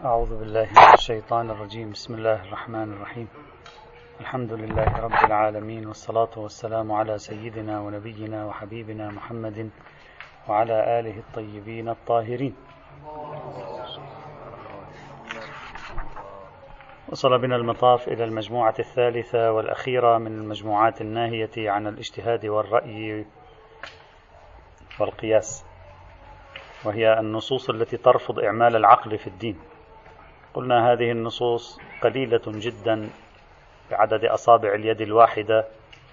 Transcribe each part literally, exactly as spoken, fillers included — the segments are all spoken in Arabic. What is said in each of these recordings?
أعوذ بالله من الشيطان الرجيم. بسم الله الرحمن الرحيم. الحمد لله رب العالمين، والصلاة والسلام على سيدنا ونبينا وحبيبنا محمد وعلى آله الطيبين الطاهرين. وصل بنا المطاف إلى المجموعة الثالثة والأخيرة من المجموعات الناهية عن الاجتهاد والرأي والقياس، وهي النصوص التي ترفض إعمال العقل في الدين. قلنا هذه النصوص قليلة جدا بعدد أصابع اليد الواحدة،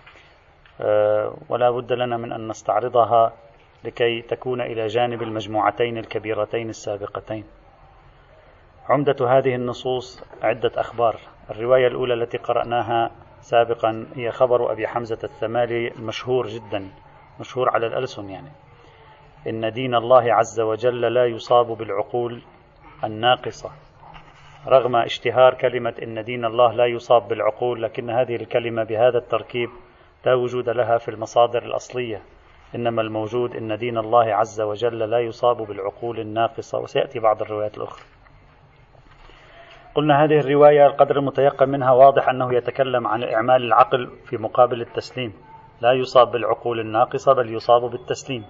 ولا بد لنا من أن نستعرضها لكي تكون إلى جانب المجموعتين الكبيرتين السابقتين. عمدة هذه النصوص عدة أخبار. الرواية الأولى التي قرأناها سابقا هي خبر أبي حمزة الثمالي المشهور جدا، مشهور على الألسن، يعني إن دين الله عز وجل لا يصاب بالعقول الناقصة. رغم اشتهار كلمة إن دين الله لا يصاب بالعقول، لكن هذه الكلمة بهذا التركيب لا وجود لها في المصادر الأصلية، إنما الموجود إن دين الله عز وجل لا يصاب بالعقول الناقصة، وسيأتي بعض الروايات الأخرى. قلنا هذه الرواية القدر المتيقن منها واضح أنه يتكلم عن إعمال العقل في مقابل التسليم. لا يصاب بالعقول الناقصة بل يصاب بالتسليم.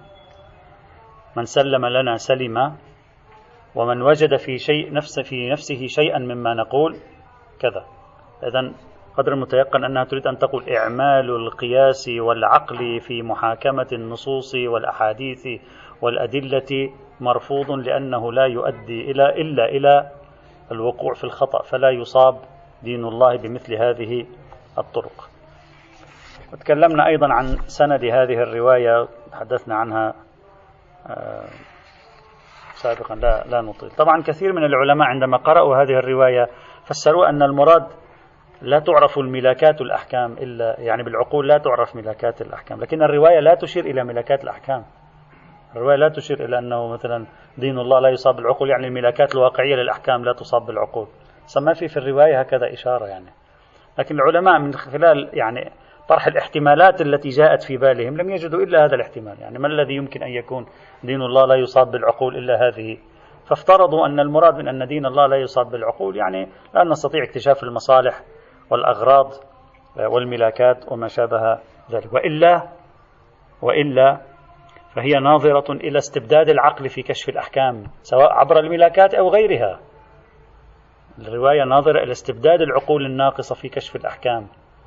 من سلم لنا سلم، ومن وجد في شيء نفس في نفسه شيئا مما نقول كذا. إذن قدر المتيقن أنها تريد أن تقول إعمال القياس والعقل في محاكمة النصوص والأحاديث والأدلة مرفوض، لأنه لا يؤدي إلى إلا إلى الوقوع في الخطأ، فلا يصاب دين الله بمثل هذه الطرق. وتكلمنا أيضا عن سند هذه الرواية، تحدثنا عنها آه سابقا، لا لا نطيل. طبعا كثير من العلماء عندما قرأوا هذه الرواية فسروا أن المراد لا تعرف الملاكات الأحكام إلا، يعني بالعقول لا تعرف ملاكات الأحكام، لكن الرواية لا تشير إلى ملاكات الأحكام. الرواية لا تشير إلى أنه مثلا دين الله لا يصاب بالعقول، يعني الملاكات الواقعية للأحكام لا تصاب بالعقول. ما في في الرواية هكذا إشارة يعني. لكن العلماء من خلال يعني طرح الاحتمالات التي جاءت في بالهم لم يجدوا إلا هذا الاحتمال، يعني ما الذي يمكن أن يكون دين الله لا يصاب بالعقول إلا هذه، فافترضوا أن المراد من أن دين الله لا يصاب بالعقول يعني لا نستطيع اكتشاف المصالح والأغراض والملاكات وما شابه ذلك. وإلا وإلا فهي ناظرة إلى استبداد العقل في كشف الأحكام سواء عبر الملاكات أو غيرها. الرواية ناظرة إلى استبداد العقول الناقصة في كشف الأحكام،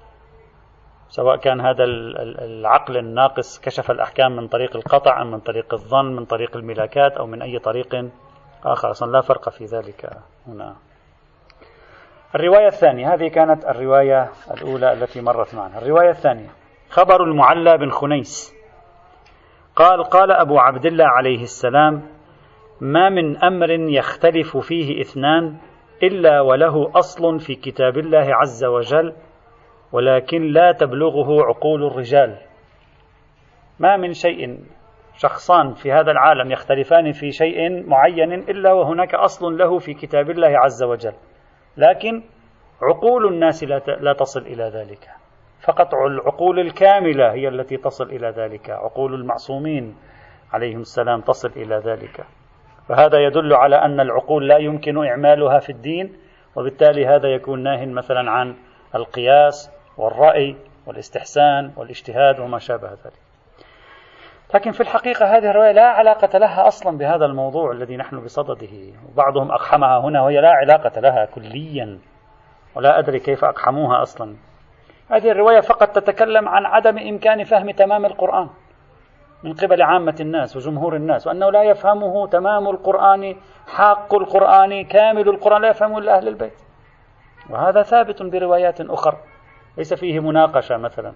سواء كان هذا العقل الناقص كشف الأحكام من طريق القطع أم من طريق الظن، من طريق الملاكات أو من أي طريق آخر، أصلا لا فرق في ذلك هنا. الرواية الثانية، هذه كانت الرواية الأولى التي مرت معنا. الرواية الثانية خبر المعلى بن خنيس قال: قال أبو عبد الله عليه السلام: ما من أمر يختلف فيه اثنان إلا وله أصل في كتاب الله عز وجل، ولكن لا تبلغه عقول الرجال. ما من شيء، شخصان في هذا العالم يختلفان في شيء معين إلا وهناك أصل له في كتاب الله عز وجل، لكن عقول الناس لا تصل إلى ذلك. فقط العقول الكاملة هي التي تصل إلى ذلك، عقول المعصومين عليهم السلام تصل إلى ذلك. فهذا يدل على أن العقول لا يمكن إعمالها في الدين، وبالتالي هذا يكون ناهٍ مثلا عن القياس والرأي والاستحسان والاجتهاد وما شابه ذلك. لكن في الحقيقة هذه الرواية لا علاقة لها أصلا بهذا الموضوع الذي نحن بصدده، وبعضهم أقحمها هنا وهي لا علاقة لها كليا، ولا أدري كيف أقحموها أصلا. هذه الرواية فقط تتكلم عن عدم إمكان فهم تمام القرآن من قبل عامة الناس وجمهور الناس، وأنه لا يفهمه تمام القرآن، حق القرآن، كامل القرآن لا يفهمه إلا أهل البيت. وهذا ثابت بروايات أخرى ليس فيه مناقشة مثلا.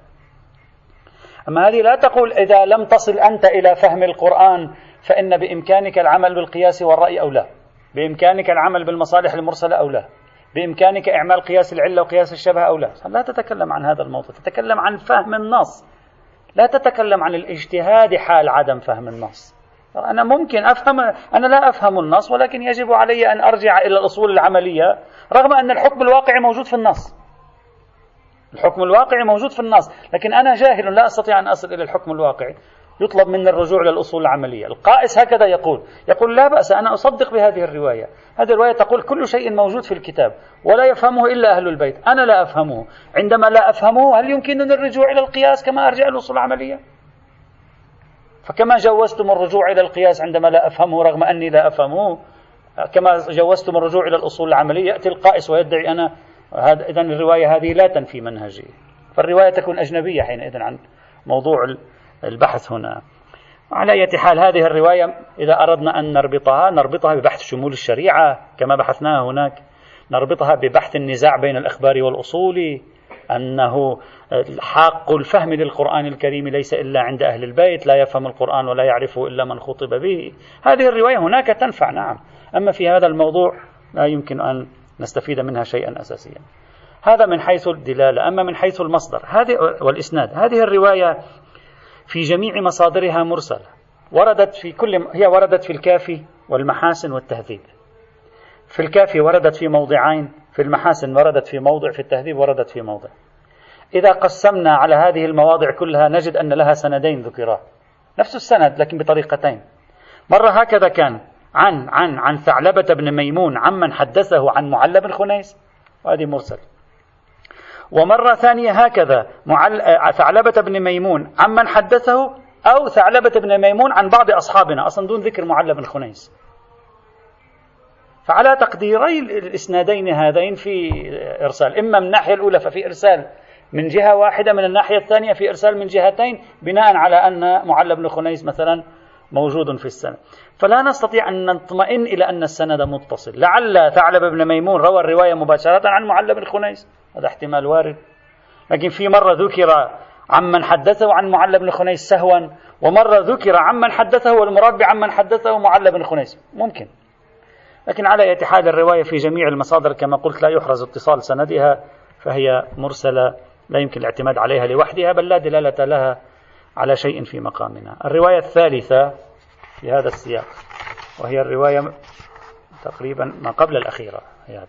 أما هذه لا تقول إذا لم تصل أنت إلى فهم القرآن فإن بإمكانك العمل بالقياس والرأي أو لا، بإمكانك العمل بالمصالح المرسلة أو لا، بإمكانك إعمال قياس العلة وقياس الشبه أو لا. لا تتكلم عن هذا الموضوع، تتكلم عن فهم النص، لا تتكلم عن الاجتهاد حال عدم فهم النص. أنا ممكن أفهم، أنا لا أفهم النص، ولكن يجب علي أن أرجع إلى الأصول العملية، رغم أن الحكم الواقعي موجود في النص. الحكم الواقعي موجود في النص، لكن أنا جاهل لا أستطيع أن أصل إلى الحكم الواقعي. يطلب من الرجوع إلى الأصول العملية. القائس هكذا يقول يقول لا بأس، أنا أصدق بهذه الرواية. هذه الرواية تقول كل شيء موجود في الكتاب ولا يفهمه إلا أهل البيت، أنا لا أفهمه. عندما لا أفهمه هل يمكنني الرجوع إلى القياس كما أرجع الأصول العملية؟ فكما جوزتم الرجوع إلى القياس عندما لا أفهمه رغم أني لا أفهمه، كما جوزتم الرجوع إلى الأصول العملية، يأتي القائس ويدعي أنا هذا. إذن الرواية هذه لا تنفي منهجي، فالرواية تكون أجنبية حينئذ عن موضوع البحث هنا. على أي حال هذه الرواية إذا أردنا أن نربطها نربطها ببحث شمول الشريعة كما بحثناها هناك، نربطها ببحث النزاع بين الأخبار والأصول، أنه حق الفهم للقرآن الكريم ليس إلا عند أهل البيت، لا يفهم القرآن ولا يعرفه إلا من خطب به. هذه الرواية هناك تنفع نعم، أما في هذا الموضوع لا يمكن أن نستفيد منها شيئا أساسيا. هذا من حيث الدلالة. أما من حيث المصدر هذه والإسناد، هذه الرواية في جميع مصادرها مرسلة، وردت في كل هي وردت في الكافي والمحاسن والتهذيب. في الكافي وردت في موضعين، في المحاسن وردت في موضع، في التهذيب وردت في موضع. إذا قسمنا على هذه المواضع كلها نجد أن لها سندين ذكرا، نفس السند لكن بطريقتين. مرة هكذا كان عن عن عن ثعلبة بن ميمون عمن حدثه عن معل بن خنيس، وهذه مرسل. ومرة ثانية هكذا معل... ثعلبة بن ميمون عمن حدثه، أو ثعلبة بن ميمون عن بعض أصحابنا أصلا دون ذكر معل بن خنيس. فعلى تقديري الإسنادين هذين في إرسال، إما من الناحية الأولى ففي إرسال من جهة واحدة، من الناحية الثانية في إرسال من جهتين، بناء على أن معل بن خنيس مثلا موجود في السند. فلا نستطيع أن نطمئن إلى أن السند متصل. لعل ثعلب بن ميمون روى الرواية مباشرة عن معل بن خنيس، هذا احتمال وارد، لكن في مرة ذكر عمن حدثه عن معل بن خنيس سهوا، ومرة ذكر عمن حدثه والمراد بعمن حدثه معل بن خنيس، ممكن. لكن على أي حال الرواية في جميع المصادر كما قلت لا يحرز اتصال سندها، فهي مرسلة لا يمكن الاعتماد عليها لوحدها، بل لا دلالة لها على شيء في مقامنا. الرواية الثالثة في هذا السياق وهي الرواية تقريبا ما قبل الأخيرة،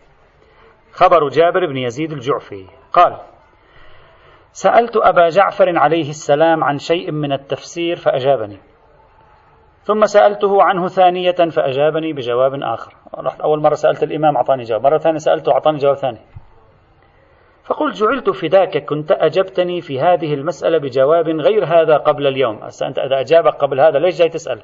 خبر جابر بن يزيد الجعفي قال: سألت أبا جعفر عليه السلام عن شيء من التفسير فأجابني، ثم سألته عنه ثانية فأجابني بجواب آخر. رحت أول مرة سألت الإمام أعطاني جواب، مرة ثانية سألته أعطاني جواب ثاني. فقلت: جعلت فداك، كنت أجبتني في هذه المسألة بجواب غير هذا قبل اليوم. أنت إذا أجابك قبل هذا ليش جاي تسأل؟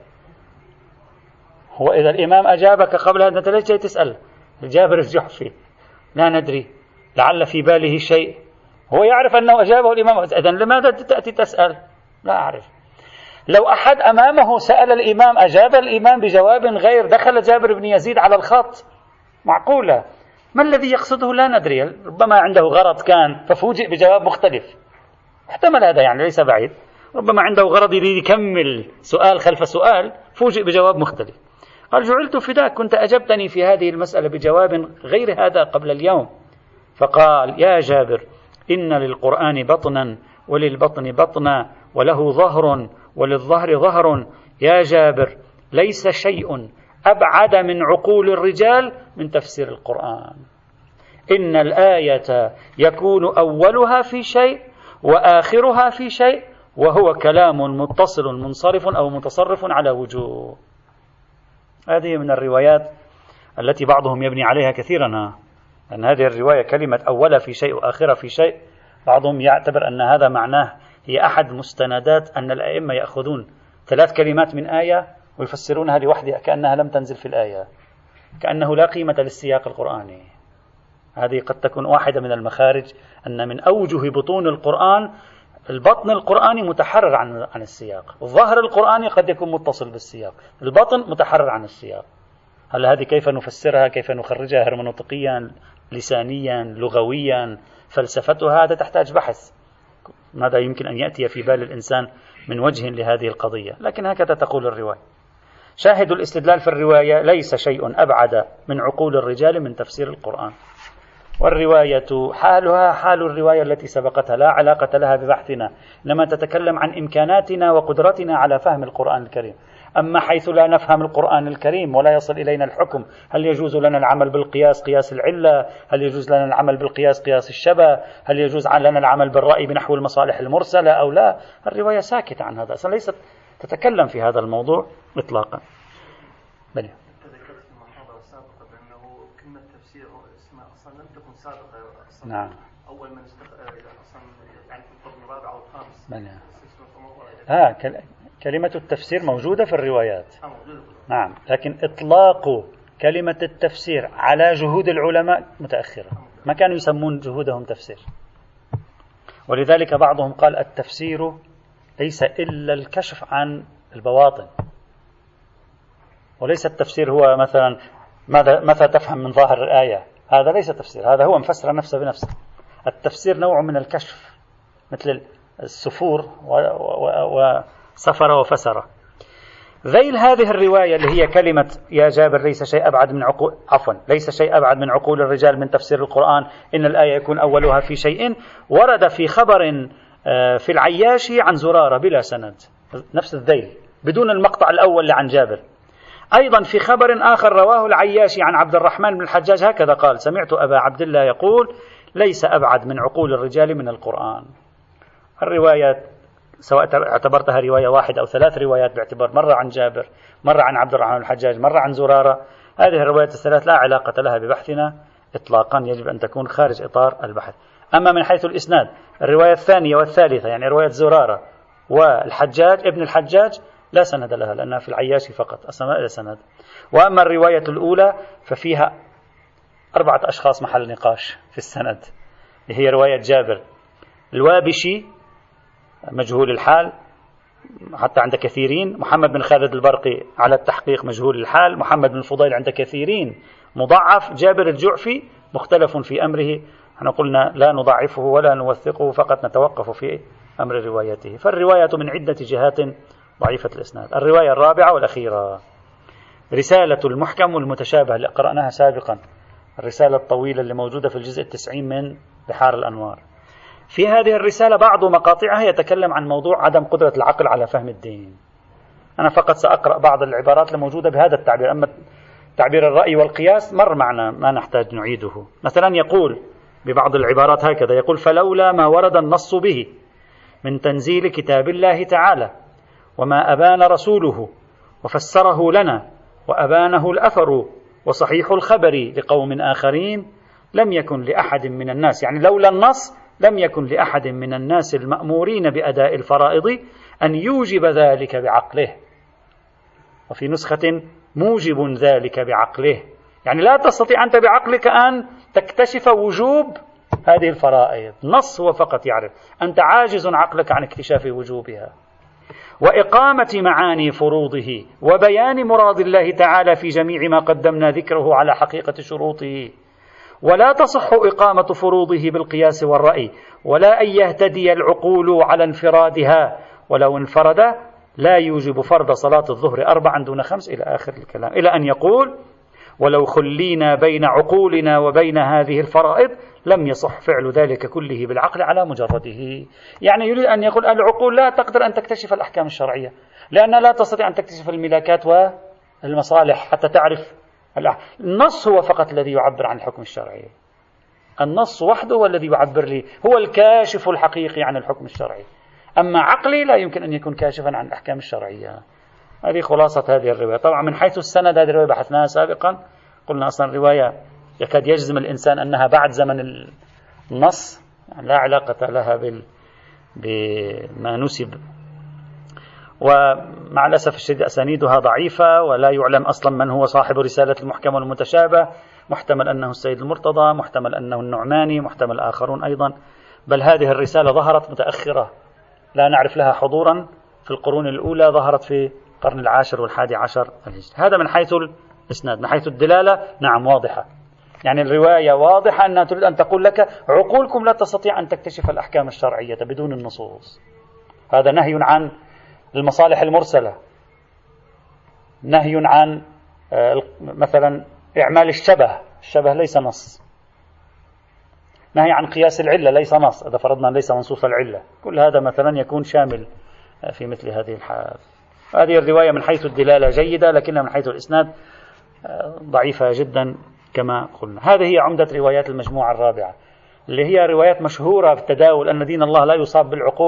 هو إذا الإمام أجابك قبل هذا أنت ليش جاي تسأل؟ جابر الجعفي لا ندري، لعل في باله شيء، هو يعرف أنه أجابه الإمام، إذن لماذا تأتي تسأل؟ لا أعرف. لو أحد أمامه سأل الإمام أجاب الإمام بجواب غير، دخل جابر بن يزيد على الخط، معقولة. ما الذي يقصده لا ندري، ربما عنده غرض كان ففوجئ بجواب مختلف، احتمل هذا يعني ليس بعيد، ربما عنده غرض يريد يكمل سؤال خلف سؤال فوجئ بجواب مختلف. قال: جعلت فداك، كنت أجبتني في هذه المسألة بجواب غير هذا قبل اليوم. فقال: يا جابر، إن للقرآن بطنا وللبطن بطنا وله ظهر وللظهر ظهر. يا جابر، ليس شيء أبعد من عقول الرجال من تفسير القرآن. إن الآية يكون أولها في شيء وآخرها في شيء، وهو كلام متصل منصرف أو متصرف على وجوه. هذه من الروايات التي بعضهم يبني عليها كثيرا، أن هذه الرواية كلمة أولها في شيء وآخرها في شيء، بعضهم يعتبر أن هذا معناه هي أحد مستندات أن الأئمة يأخذون ثلاث كلمات من آية ويفسرونها لوحدها كأنها لم تنزل في الآية، كأنه لا قيمة للسياق القرآني. هذه قد تكون واحدة من المخارج، أن من أوجه بطون القرآن البطن القرآني متحرر عن عن السياق، الظهر القرآني قد يكون متصل بالسياق، البطن متحرر عن السياق. هل هذه كيف نفسرها، كيف نخرجها هرمنوطيقيا، لسانيا، لغويا، فلسفتها، هذا تحتاج بحث، ماذا يمكن أن يأتي في بال الإنسان من وجه لهذه القضية، لكن هكذا تقول الرواية. شاهد الاستدلال في الرواية: ليس شيء أبعد من عقول الرجال من تفسير القرآن. والرواية حالها حال الرواية التي سبقتها، لا علاقة لها ببحثنا، إنما تتكلم عن إمكاناتنا وقدرتنا على فهم القرآن الكريم. أما حيث لا نفهم القرآن الكريم ولا يصل إلينا الحكم، هل يجوز لنا العمل بالقياس قياس العلة؟ هل يجوز لنا العمل بالقياس قياس الشبه؟ هل يجوز لنا العمل بالرأي بنحو المصالح المرسلة أو لا؟ الرواية ساكتة عن هذا، أصلا ليست تتكلم في هذا الموضوع إطلاقا. بلي. تذكرت في المحاضرة السابقة بأنه كلمة تفسير اسمها أصلا لم تكن سابقة أصلا. نعم. أول من استخدم أصلا يعني في القرن الرابع أو الخامس. بلي. آه كل... كلمة التفسير موجودة في الروايات. آه موجودة. نعم، لكن إطلاق كلمة التفسير على جهود العلماء متأخرة، ما كانوا يسمون جهودهم تفسير. ولذلك بعضهم قال التفسير ليس إلا الكشف عن البواطن، وليس التفسير هو مثلا ماذا متى تفهم من ظاهر الآية، هذا ليس تفسير، هذا هو مفسر نفسه بنفسه. التفسير نوع من الكشف، مثل السفور وسفر وفسر. ذيل هذه الرواية اللي هي كلمة يا جابر ليس شيء أبعد من عقول عفوا ليس شيء أبعد من عقول الرجال من تفسير القرآن، إن الآية يكون أولها في شيء، ورد في خبر في العياشي عن زرارة بلا سند، نفس الذيل بدون المقطع الأول اللي عن جابر. أيضا في خبر آخر رواه العياشي عن عبد الرحمن بن الحجاج هكذا قال: سمعت أبا عبد الله يقول ليس أبعد من عقول الرجال من القرآن. الروايات سواء اعتبرتها رواية واحدة أو ثلاث روايات باعتبار مرة عن جابر، مرة عن عبد الرحمن الحجاج، مرة عن زرارة، هذه الروايات الثلاث لا علاقة لها ببحثنا إطلاقا، يجب أن تكون خارج إطار البحث. أما من حيث الإسناد الرواية الثانية والثالثة، يعني رواية زرارة والحجاج ابن الحجاج، لا سند لها لأنها في العياشي فقط، أصلا لا سند. وأما الرواية الأولى ففيها أربعة أشخاص محل نقاش في السند، هي رواية جابر. الوابشي مجهول الحال حتى عند كثيرين، محمد بن خالد البرقي على التحقيق مجهول الحال، محمد بن الفضيل عند كثيرين مضعف، جابر الجعفي مختلف في أمره، احنا قلنا لا نضعفه ولا نوثقه، فقط نتوقف في أمر روايته. فالرواية من عدة جهات ضعيفة الإسناد. الرواية الرابعة والأخيرة رسالة المحكم والمتشابه اللي قرأناها سابقا، الرسالة الطويلة اللي موجودة في الجزء التسعين من بحار الأنوار. في هذه الرسالة بعض مقاطعها يتكلم عن موضوع عدم قدرة العقل على فهم الدين. أنا فقط سأقرأ بعض العبارات الموجودة بهذا التعبير، أما تعبير الرأي والقياس مر معنا ما نحتاج نعيده. مثلا يقول ببعض العبارات هكذا، يقول: فلولا ما ورد النص به من تنزيل كتاب الله تعالى وما أبان رسوله وفسره لنا وأبانه الأثر وصحيح الخبر لقوم آخرين لم يكن لأحد من الناس، يعني لولا النص لم يكن لأحد من الناس المأمورين بأداء الفرائض أن يوجب ذلك بعقله. وفي نسخة موجب ذلك بعقله، يعني لا تستطيع أنت بعقلك أن تكتشف وجوب هذه الفرائض، نص هو فقط يعرف، أنت عاجز عقلك عن اكتشاف وجوبها. وإقامة معاني فروضه وبيان مراد الله تعالى في جميع ما قدمنا ذكره على حقيقة شروطه. ولا تصح إقامة فروضه بالقياس والرأي، ولا أن يهتدي العقول على انفرادها، ولو انفرد لا يوجب فرض صلاة الظهر أربعا دون خمس، إلى آخر الكلام، إلى أن يقول: ولو خلينا بين عقولنا وبين هذه الفرائض لم يصح فعل ذلك كله بالعقل على مجرده. يعني يريد أن يقول العقول لا تقدر أن تكتشف الأحكام الشرعية، لأنها لا تستطيع أن تكتشف الملاكات والمصالح حتى تعرف النص. هو فقط الذي يعبر عن الحكم الشرعي، النص وحده هو الذي يعبر لي، هو الكاشف الحقيقي عن الحكم الشرعي، أما عقلي لا يمكن أن يكون كاشفا عن الأحكام الشرعية. هذه خلاصة هذه الرواية. طبعا من حيث السند هذه الرواية بحثناها سابقا، قلنا أصلا الرواية يكاد يجزم الإنسان أنها بعد زمن النص، يعني لا علاقة لها بال... بما نسب، ومع الأسف الشديد أسانيدها ضعيفة، ولا يعلم أصلا من هو صاحب رسالة المحكم والمتشابه، محتمل أنه السيد المرتضى، محتمل أنه النعماني، محتمل آخرون أيضا، بل هذه الرسالة ظهرت متأخرة لا نعرف لها حضورا في القرون الأولى، ظهرت في القرن العاشر والحادي عشر الهجري. هذا من حيث الإسناد. من حيث الدلالة نعم واضحة، يعني الرواية واضحة أنها تريد أن تقول لك عقولكم لا تستطيع أن تكتشف الأحكام الشرعية بدون النصوص. هذا نهي عن المصالح المرسلة، نهي عن مثلا إعمال الشبه، الشبه ليس نص، نهي عن قياس العلة ليس نص، إذا فرضنا ليس منصوص العلة، كل هذا مثلا يكون شامل في مثل هذه الحال. هذه الرواية من حيث الدلالة جيدة، لكنها من حيث الإسناد ضعيفة جدا كما قلنا. هذه هي عمدة روايات المجموعة الرابعة، اللي هي روايات مشهورة في التداول أن دين الله لا يصاب بالعقول.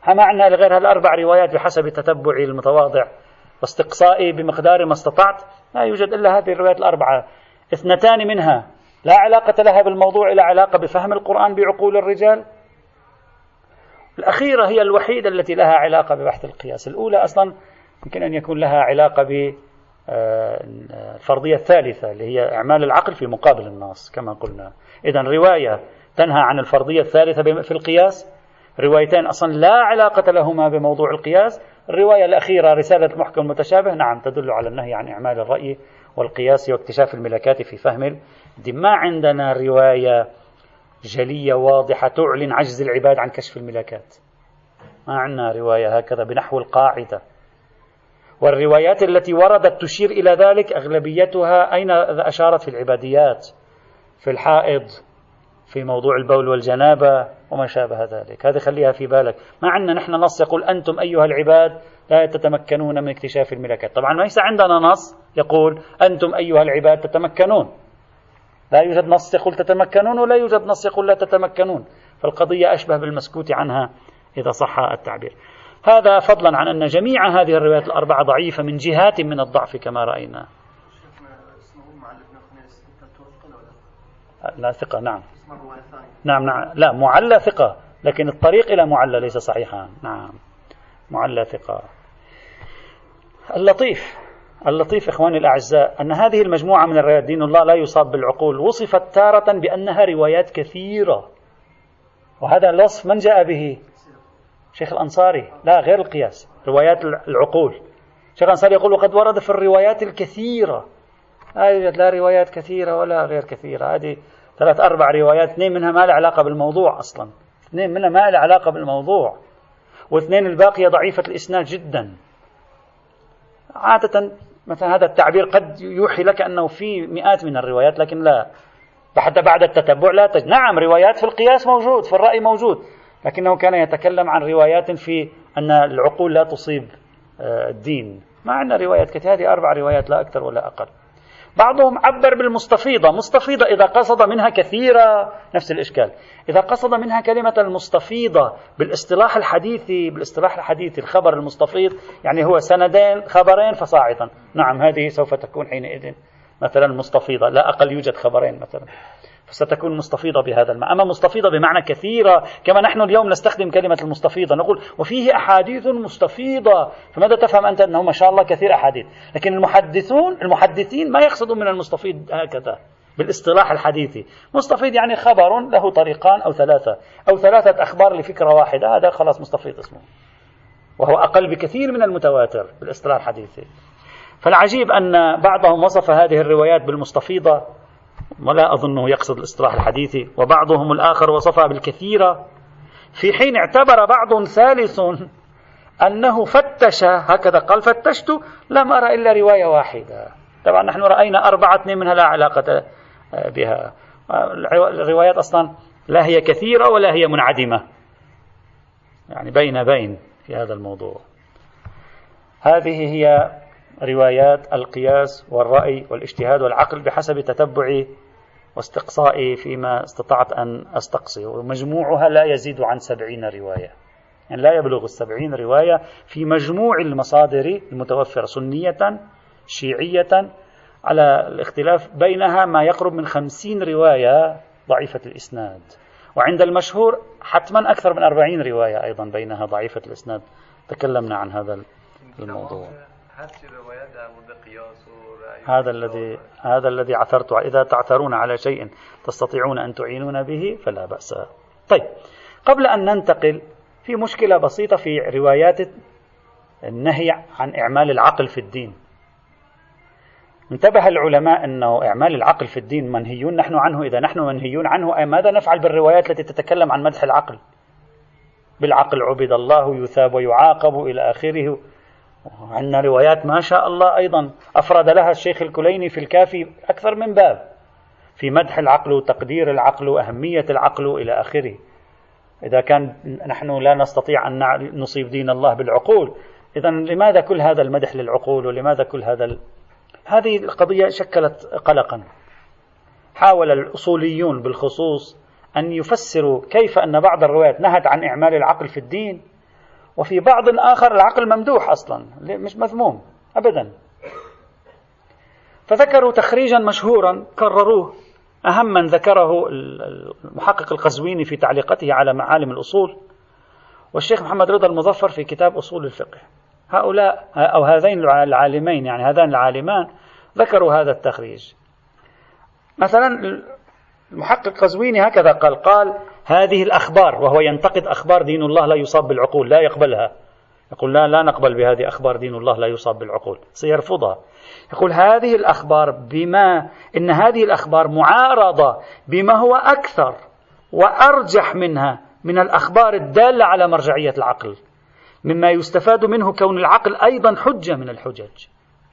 ما عندنا غير هالأربع روايات بحسب تتبعي المتواضع واستقصائي بمقدار ما استطعت، لا يوجد إلا هذه الروايات الأربعة. اثنتان منها لا علاقة لها بالموضوع، إلا علاقة بفهم القرآن بعقول الرجال. الأخيرة هي الوحيدة التي لها علاقة ببحث القياس. الأولى أصلا يمكن أن يكون لها علاقة بالفرضية الثالثة اللي هي إعمال العقل في مقابل النص كما قلنا. إذن رواية تنهى عن الفرضية الثالثة في القياس، روايتين أصلا لا علاقة لهما بموضوع القياس. الرواية الأخيرة رسالة المحكم المتشابه نعم تدل على النهي عن إعمال الرأي والقياس واكتشاف الملكات في فهم الدين. ما عندنا رواية جلية واضحة تعلن عجز العباد عن كشف الملكات، ما عندنا رواية هكذا بنحو القاعدة. والروايات التي وردت تشير إلى ذلك أغلبيتها أين أشارت؟ في العباديات، في الحائض، في موضوع البول والجنابة وما شابه ذلك. هذه خليها في بالك. ما عندنا نحن نص يقول أنتم أيها العباد لا تتمكنون من اكتشاف الملكات. طبعا ليس عندنا نص يقول أنتم أيها العباد تتمكنون، لا يوجد نص يقول تتمكنون ولا يوجد نص يقول لا تتمكنون، فالقضية أشبه بالمسكوت عنها إذا صح التعبير. هذا فضلا عن أن جميع هذه الروايات الأربعة ضعيفة من جهات من الضعف كما رأينا. لا ثقة نعم. نعم نعم لا معلى ثقة، لكن الطريق إلى معلى ليس صحيحا. نعم معلى ثقة. اللطيف اللطيف إخواني الأعزاء أن هذه المجموعة من الروايات دين الله لا يصاب بالعقول وصفت تارة بأنها روايات كثيرة، وهذا الوصف من جاء به؟ شيخ الأنصاري، لا غير القياس، روايات العقول. شيخ الأنصاري يقول وقد ورد في الروايات الكثيرة. لا يوجد لا روايات كثيرة ولا غير كثيرة، هذه ثلاث أربع روايات، اثنين منها ما لها علاقة بالموضوع أصلا، اثنين منها ما لها علاقة بالموضوع، واثنين الباقية ضعيفة الإسناد جدا. عادة مثلا هذا التعبير قد يوحي لك أنه في مئات من الروايات، لكن لا، حتى بعد التتبع لا تجد. نعم روايات في القياس موجود، في الرأي موجود، لكنه كان يتكلم عن روايات في أن العقول لا تصيب الدين. ما عندنا روايات كثيرة، هذه أربع روايات لا أكثر ولا أقل. بعضهم عبر بالمستفيضة، مستفيضة إذا قصد منها كثيرة نفس الإشكال، إذا قصد منها كلمة المستفيضة بالاصطلاح الحديثي، بالاصطلاح الحديثي الخبر المستفيض يعني هو سندين خبرين فصاعدا، نعم هذه سوف تكون حينئذ مثلا مستفيضة، لا أقل يوجد خبرين مثلا، فستكون مستفيضة بهذا المعنى. أما مستفيضة بمعنى كثيرة كما نحن اليوم نستخدم كلمة المستفيضة، نقول وفيه أحاديث مستفيضة، فماذا تفهم أنت أنه ما شاء الله كثير أحاديث؟ لكن المحدثون المحدثين ما يقصدون من المستفيض هكذا بالاصطلاح الحديثي. مستفيض يعني خبر له طريقان أو ثلاثة أو ثلاثة أخبار لفكرة واحدة، هذا خلاص مستفيض اسمه، وهو أقل بكثير من المتواتر بالاصطلاح الحديثي. فالعجيب أن بعضهم وصف هذه الروايات بالمستفيضة ولا أظنه يقصد الاصطلاح الحديثي، وبعضهم الآخر وصفها بالكثيرة، في حين اعتبر بعض ثالث أنه فتش، هكذا قال فتشت لم أرى إلا رواية واحدة. طبعا نحن رأينا أربعة اثنين منها لا علاقة بها. الروايات أصلا لا هي كثيرة ولا هي منعدمة، يعني بين بين في هذا الموضوع. هذه هي روايات القياس والرأي والاجتهاد والعقل بحسب تتبعي واستقصائي فيما استطعت أن أستقصي، ومجموعها لا يزيد عن سبعين رواية، يعني لا يبلغ السبعين رواية في مجموع المصادر المتوفرة سنية شيعية، على الاختلاف بينها ما يقرب من خمسين رواية ضعيفة الإسناد، وعند المشهور حتما أكثر من أربعين رواية أيضا بينها ضعيفة الإسناد. تكلمنا عن هذا الموضوع. هذا الذي هذا الذي عثرت. إذا تعثرون على شيء تستطيعون أن تعينون به فلا بأس. طيب، قبل أن ننتقل في مشكلة بسيطة في روايات النهي عن إعمال العقل في الدين. انتبه العلماء أنه إعمال العقل في الدين منهيون نحن عنه. إذا نحن منهيون عنه، أي ماذا نفعل بالروايات التي تتكلم عن مدح العقل؟ بالعقل عبد الله يثاب ويعاقب إلى آخره. عندنا روايات ما شاء الله أيضا أفرد لها الشيخ الكليني في الكافي أكثر من باب في مدح العقل وتقدير العقل وأهمية العقل إلى آخره. إذا كان نحن لا نستطيع أن نصيب دين الله بالعقول، إذن لماذا كل هذا المدح للعقول؟ ولماذا كل هذا ال... هذه القضية شكلت قلقا. حاول الأصوليون بالخصوص أن يفسروا كيف أن بعض الروايات نهت عن إعمال العقل في الدين، وفي بعض آخر العقل ممدوح أصلا مش مذموم أبدا. فذكروا تخريجا مشهورا كرروه، أهم من ذكره المحقق القزويني في تعليقته على معالم الأصول، والشيخ محمد رضا المظفر في كتاب أصول الفقه. هؤلاء أو هذين العالمين، يعني هذان العالمان، ذكروا هذا التخريج. مثلا المحقق القزويني هكذا قال قال هذه الأخبار، وهو ينتقد أخبار دين الله لا يصاب بالعقول، لا يقبلها، يقول لا لا نقبل بهذه أخبار دين الله لا يصاب بالعقول، سيرفضها. يقول هذه الأخبار بما إن هذه الأخبار معارضة بما هو أكثر وأرجح منها من الأخبار الدالة على مرجعية العقل، مما يستفاد منه كون العقل أيضا حجة من الحجج،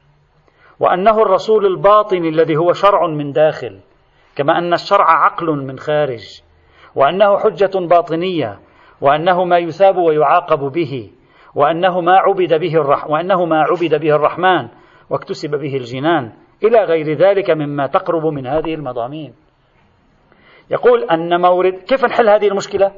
وأنه الرسول الباطن الذي هو شرع من داخل، كما أن الشرع عقل من خارج، وأنه حجة باطنية، وأنه ما يثاب ويعاقب به، وأنه ما عبد به الرح وأنه ما عبد به الرحمن واكتسب به الجنان، إلى غير ذلك مما تقرب من هذه المضامين. يقول أن مورد، كيف نحل هذه المشكلة؟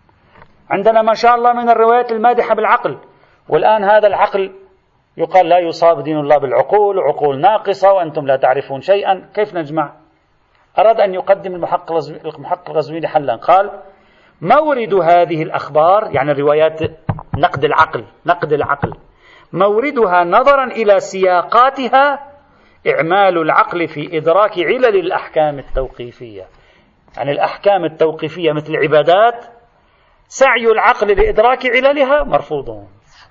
عندنا ما شاء الله من الروايات المادحة بالعقل، والآن هذا العقل يقال لا يصاب دين الله بالعقول، عقول ناقصة وأنتم لا تعرفون شيئا، كيف نجمع؟ أراد أن يقدم المحقق الغزويني حلا، قال مورد هذه الأخبار، يعني الروايات نقد العقل نقد العقل موردها نظرا إلى سياقاتها إعمال العقل في إدراك علل الأحكام التوقيفية. يعني الأحكام التوقيفية مثل العبادات سعي العقل لإدراك عللها مرفوض،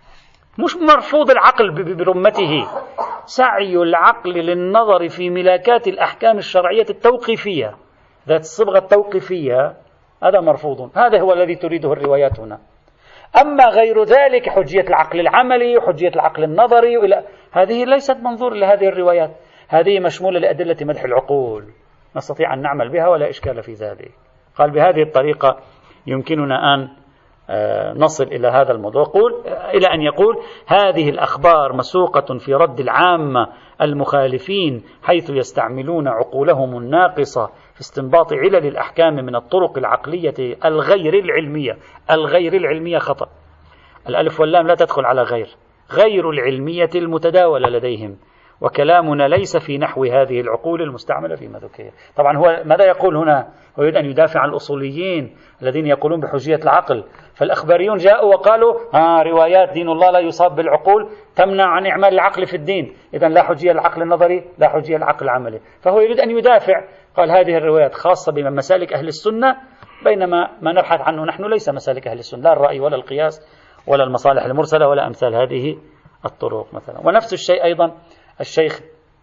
مش مرفوض العقل برمته، سعي العقل للنظر في ملاكات الأحكام الشرعية التوقيفية ذات الصبغة التوقيفية، هذا مرفوض. هذا هو الذي تريده الروايات هنا. أما غير ذلك حجية العقل العملي وحجية العقل النظري وإلى هذه ليست منظور لهذه الروايات، هذه مشمولة لأدلة مدح العقول، نستطيع أن نعمل بها ولا إشكال في ذلك. قال بهذه الطريقة يمكننا أن نصل إلى هذا الموضوع، قول إلى أن يقول هذه الأخبار مسوقة في رد العامة المخالفين حيث يستعملون عقولهم الناقصة في استنباط علل الأحكام من الطرق العقلية الغير العلمية. الغير العلمية خطأ، الألف واللام لا تدخل على غير، غير العلمية المتداولة لديهم، وكلامنا ليس في نحو هذه العقول المستعملة في مذكية. طبعا هو ماذا يقول هنا؟ هو يريد أن يدافع عن الأصوليين الذين يقولون بحجية العقل. فالأخباريون جاءوا وقالوا ها روايات دين الله لا يصاب بالعقول تمنع عن إعمال العقل في الدين، إذن لا حجية العقل النظري لا حجية العقل العملي. فهو يريد أن يدافع، قال هذه الروايات خاصة بمسالك أهل السنة، بينما ما نبحث عنه نحن ليس مسالك أهل السنة، لا الرأي ولا القياس ولا المصالح المرسلة ولا أمثال هذه الطرق مثلا. ونفس الشيء أيضا الشيخ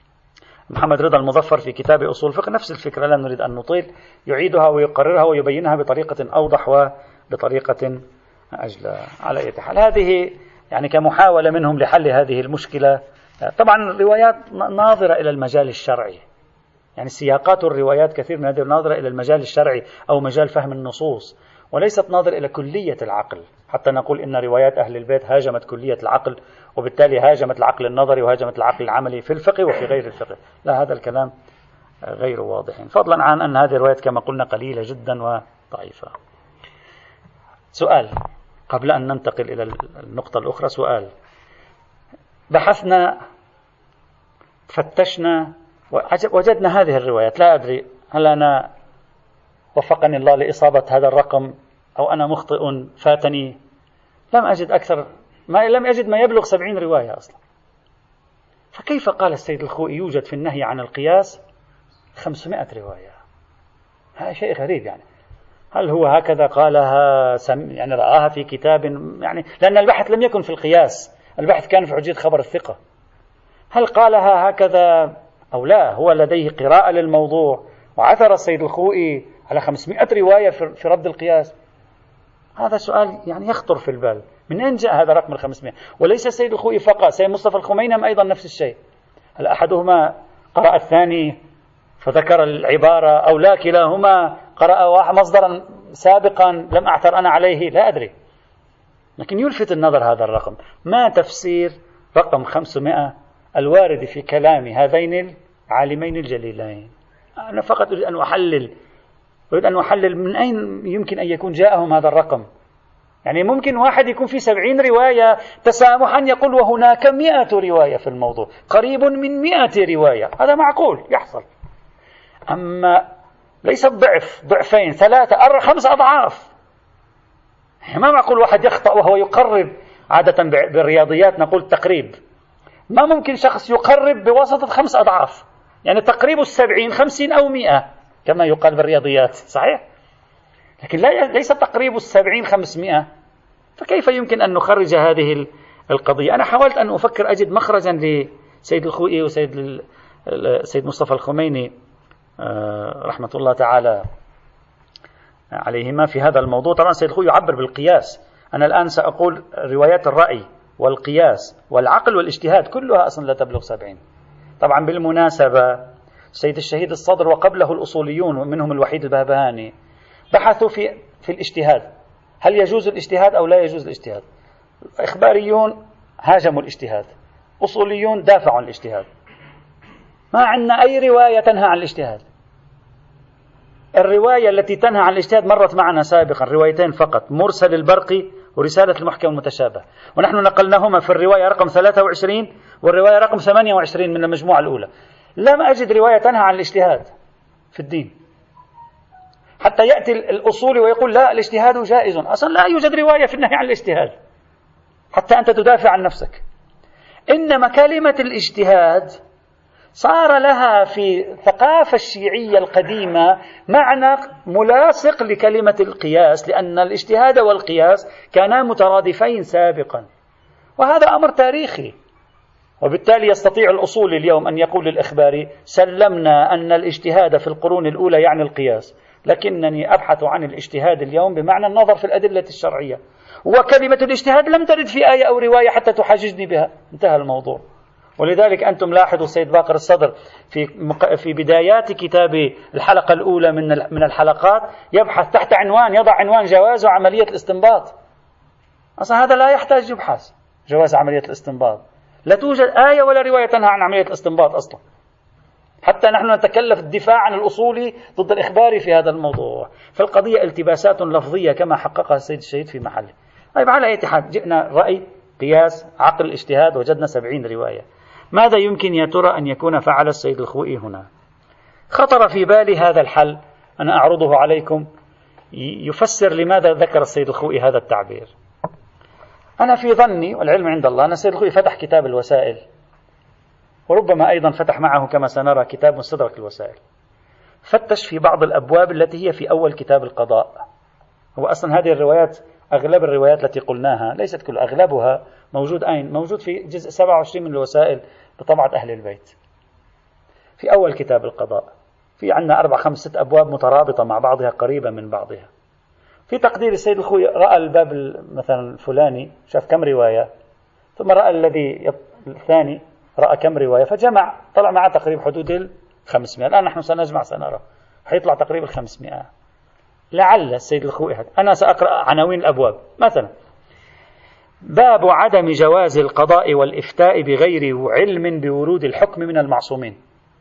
محمد رضا المظفر في كتاب أصول الفقه، نفس الفكرة، لا نريد أن نطيل، يعيدها ويقررها ويبينها بطريقة أوضح وبطريقة أجلى. على أي حال هذه يعني كمحاولة منهم لحل هذه المشكلة. طبعا الروايات ناظرة إلى المجال الشرعي، يعني سياقات الروايات كثير من هذه ناظرة إلى المجال الشرعي أو مجال فهم النصوص، وليست ناظرة إلى كلية العقل، حتى نقول إن روايات أهل البيت هاجمت كلية العقل وبالتالي هاجمت العقل النظري وهاجمت العقل العملي في الفقه وفي غير الفقه. لا، هذا الكلام غير واضح، فضلا عن أن هذه الروايات كما قلنا قليلة جدا وضعيفة. سؤال قبل أن ننتقل إلى النقطة الأخرى، سؤال. بحثنا فتشنا وجدنا هذه الروايات، لا أدري هل أنا وفقني الله لإصابة هذا الرقم أو أنا مخطئ فاتني، لم أجد أكثر، ما لم أجد ما يبلغ سبعين رواية أصلا. فكيف قال السيد الخوئي يوجد في النهي عن القياس خمسمائة رواية؟ هذا شيء غريب. يعني هل هو هكذا قالها سم يعني رآها في كتاب؟ يعني لأن البحث لم يكن في القياس، البحث كان في حجية خبر الثقة. هل قالها هكذا أو لا؟ هو لديه قراءة للموضوع وعثر السيد الخوئي على خمسمائة رواية في رد القياس. هذا سؤال يعني يخطر في البال، من أين جاء هذا رقم الخمسمائة؟ وليس السيد الخوئي فقط، سيد مصطفى الخميني أيضا نفس الشيء. هل أحدهما قرأ الثاني فذكر العبارة أو لا كلاهما قرأ مصدرا سابقا لم أعثر أنا عليه؟ لا أدري، لكن يلفت النظر هذا الرقم. ما تفسير رقم خمسمائة الوارد في كلام هذين العالمين الجليلين؟ أنا فقط أريد أن أحلل أريد أن أحلل من أين يمكن أن يكون جاءهم هذا الرقم. يعني ممكن واحد يكون في سبعين رواية تسامحا يقول وهناك مئة رواية في الموضوع، قريب من مئة رواية، هذا معقول يحصل. أما ليس ضعف، ضعفين، ثلاثة، أربعة، خمس أضعاف. ما معقول واحد يخطأ وهو يقرب. عادة بالرياضيات نقول تقريب، ما ممكن شخص يقرب بواسطة خمس أضعاف، يعني تقريب السبعين خمسين أو مئة كما يقال بالرياضيات، صحيح؟ لكن لا، ليس تقريب السبعين خمسمائة. فكيف يمكن أن نخرج هذه القضية؟ أنا حاولت أن أفكر أجد مخرجا لسيد الخوئي وسيد السيد مصطفى الخميني رحمة الله تعالى عليهما في هذا الموضوع. طبعا سيد الخوئي يعبر بالقياس، أنا الآن سأقول روايات الرأي والقياس والعقل والاجتهاد كلها أصلا لا تبلغ سبعين. طبعا بالمناسبة السيد الشهيد الصدر وقبله الأصوليون ومنهم الوحيد البهبهاني بحثوا في في الاجتهاد، هل يجوز الاجتهاد أو لا يجوز الاجتهاد. إخباريون هاجموا الاجتهاد، أصوليون دافعوا عن الاجتهاد. ما عندنا أي رواية تنهى عن الاجتهاد. الرواية التي تنهى عن الاجتهاد مرت معنا سابقا، روايتين فقط، مرسل البرقي ورسالة المحكم المتشابه، ونحن نقلناهما في الرواية رقم ثلاثة وعشرين والرواية رقم ثمانية وعشرين من المجموعة الأولى. لم أجد رواية تنهى عن الاجتهاد في الدين، حتى يأتي الأصولي ويقول لا الاجتهاد جائز. أصلا لا يوجد رواية في النهي عن الاجتهاد حتى أنت تدافع عن نفسك. إنما كلمة الاجتهاد صار لها في الثقافة الشيعية القديمة معنى ملاصق لكلمة القياس، لأن الاجتهاد والقياس كانا مترادفين سابقا، وهذا أمر تاريخي. وبالتالي يستطيع الأصول اليوم أن يقول للإخباري سلمنا أن الاجتهاد في القرون الأولى يعني القياس، لكنني أبحث عن الاجتهاد اليوم بمعنى النظر في الأدلة الشرعية، وكلمة الاجتهاد لم ترد في آية أو رواية حتى تحاججني بها. انتهى الموضوع. ولذلك أنتم لاحظوا السيد باقر الصدر في في بدايات كتاب الحلقة الأولى من من الحلقات يبحث تحت عنوان، يضع عنوان جواز عملية الاستنباط. أصلا هذا لا يحتاج يبحث، جواز عملية الاستنباط. لا توجد آية ولا رواية تنهى عن عملية الاستنباط أصلا، حتى نحن نتكلف الدفاع عن الأصولي ضد الإخباري في هذا الموضوع. فالقضية التباسات لفظية كما حققها السيد الشهيد في محله. طيب على أي حال جئنا رأي قياس عقل اجتهاد وجدنا سبعين رواية. ماذا يمكن يا ترى أن يكون فعل السيد الخوئي هنا؟ خطر في بالي هذا الحل، أنا أعرضه عليكم يفسر لماذا ذكر السيد الخوئي هذا التعبير. أنا في ظني والعلم عند الله أن السيد الخوئي فتح كتاب الوسائل، وربما أيضا فتح معه كما سنرى كتاب مستدرك الوسائل، فتش في بعض الأبواب التي هي في أول كتاب القضاء. هو أصلا هذه الروايات، أغلب الروايات التي قلناها ليست كل، أغلبها موجود أين؟ موجود في جزء سبعة وعشرين من الوسائل بطبعة أهل البيت في أول كتاب القضاء. في عندنا أربع خمس ست أبواب مترابطة مع بعضها قريبة من بعضها. في تقدير السيد الخوئي رأى الباب مثلا الفلاني شاف كم رواية، ثم رأى الذي الثاني رأى كم رواية، فجمع طلع معه تقريب حدود الخمسمائة. الآن نحن سنجمع سنرى حيطلع تقريبا الخمسمائة. لعل السيد الخوئي هذا. أنا سأقرأ عناوين الأبواب. مثلا باب عدم جواز القضاء والإفتاء بغير علم بورود الحكم من المعصومين.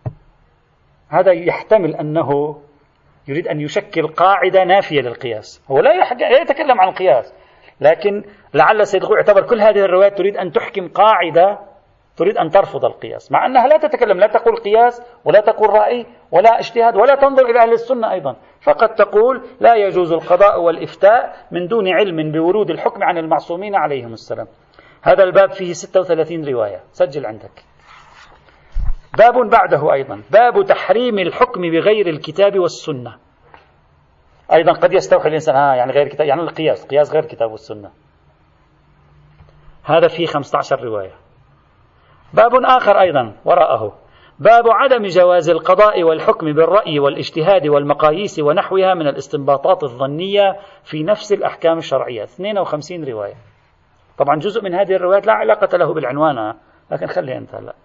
هذا يحتمل أنه يريد أن يشكل قاعدة نافية للقياس. هو لا يتكلم عن القياس، لكن لعل السيد الخوئي اعتبر كل هذه الروايات تريد أن تحكم قاعدة تريد أن ترفض القياس، مع أنها لا تتكلم، لا تقول قياس ولا تقول رأي ولا اجتهاد ولا تنظر إلى أهل السنة أيضا، فقط تقول لا يجوز القضاء والإفتاء من دون علم بورود الحكم عن المعصومين عليهم السلام. هذا الباب فيه ستة وثلاثين رواية، سجل عندك. باب بعده أيضا باب تحريم الحكم بغير الكتاب والسنة. أيضا قد يستوحي الإنسان ها يعني غير كتاب، يعني القياس، قياس غير الكتاب والسنة. هذا فيه خمسة عشر رواية. باب آخر أيضا وراءه باب عدم جواز القضاء والحكم بالرأي والاجتهاد والمقاييس ونحوها من الاستنباطات الظنية في نفس الأحكام الشرعية. اثنين وخمسين رواية. طبعا جزء من هذه الروايات لا علاقة له بالعنوان، لكن خليه أنت هلا.